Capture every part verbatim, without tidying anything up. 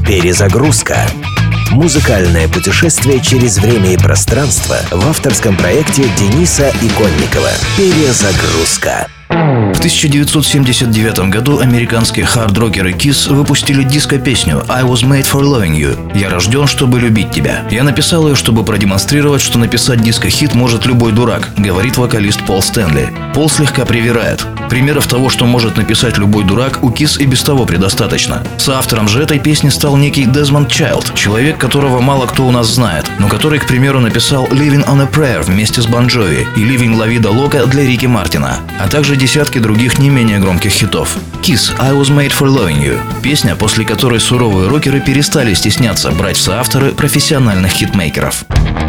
Перезагрузка. Музыкальное путешествие через время и пространство в авторском проекте Дениса Иконникова. Перезагрузка. В тысяча девятьсот семьдесят девятом году американские хард-рокеры Kiss выпустили диско-песню «I was made for loving you» – «Я рожден, чтобы любить тебя». Я написал ее, чтобы продемонстрировать, что написать диско-хит может любой дурак, говорит вокалист Пол Стэнли. Пол слегка привирает. Примеров того, что может написать любой дурак, у Kiss и без того предостаточно. Соавтором же этой песни стал некий Дезмонд Чайлд, человек, которого мало кто у нас знает, но который, к примеру, написал «Living on a Prayer» вместе с Бон Джови и «Living La Vida Loca» для Рики Мартина, а также десятки других не менее громких хитов. Kiss «I was made for loving you» – песня, после которой суровые рокеры перестали стесняться брать в соавторы профессиональных хитмейкеров.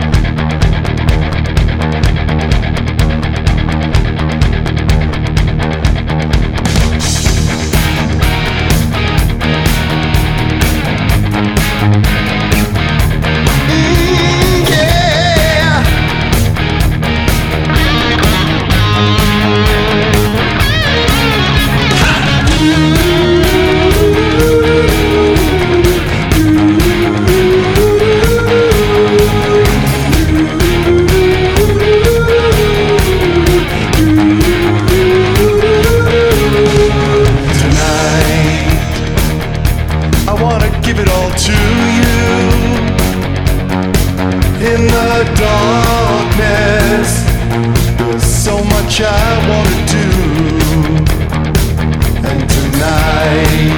In the darkness, there's so much I want to do. And tonight,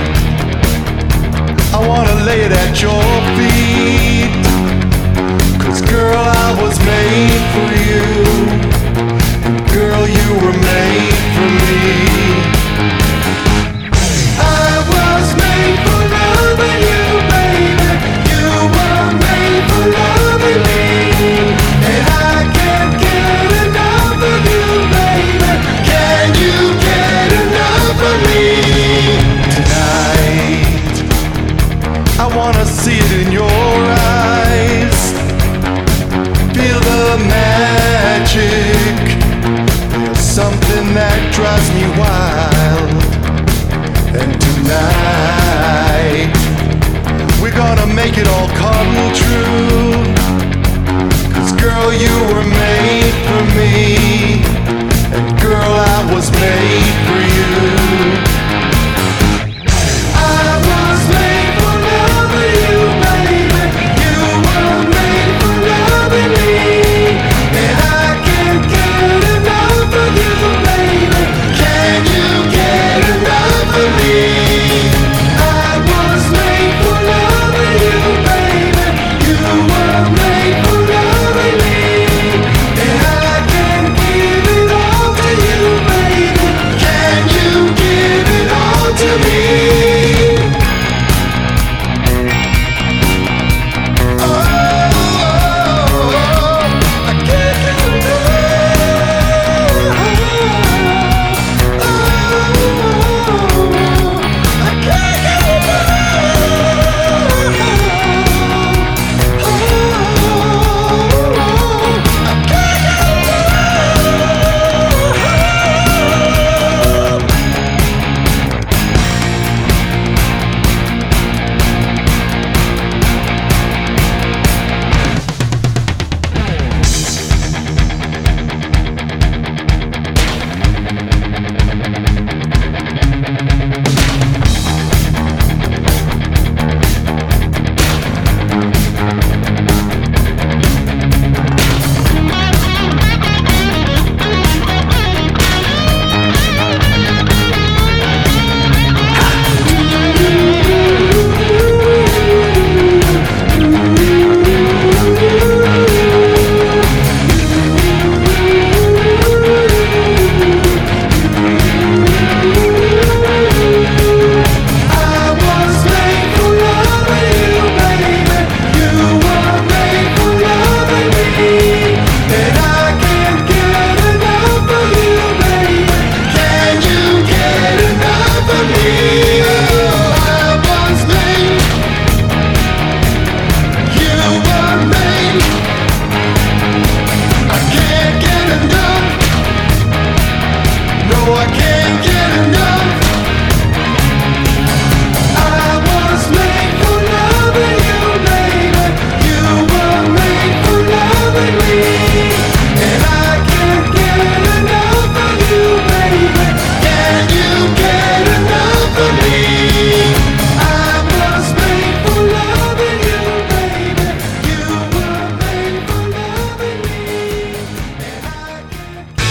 I want to lay it at your feet. 'Cause girl, I was made for you. And girl, you were made for me. I was made for loving you, baby. You were made for loving me. See it in your eyes, feel the magic. There's something that drives me wild. And tonight we're gonna make it all come true. 'Cause girl, you were made for me. And girl, I was made for you. Can you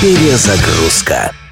Перезагрузка.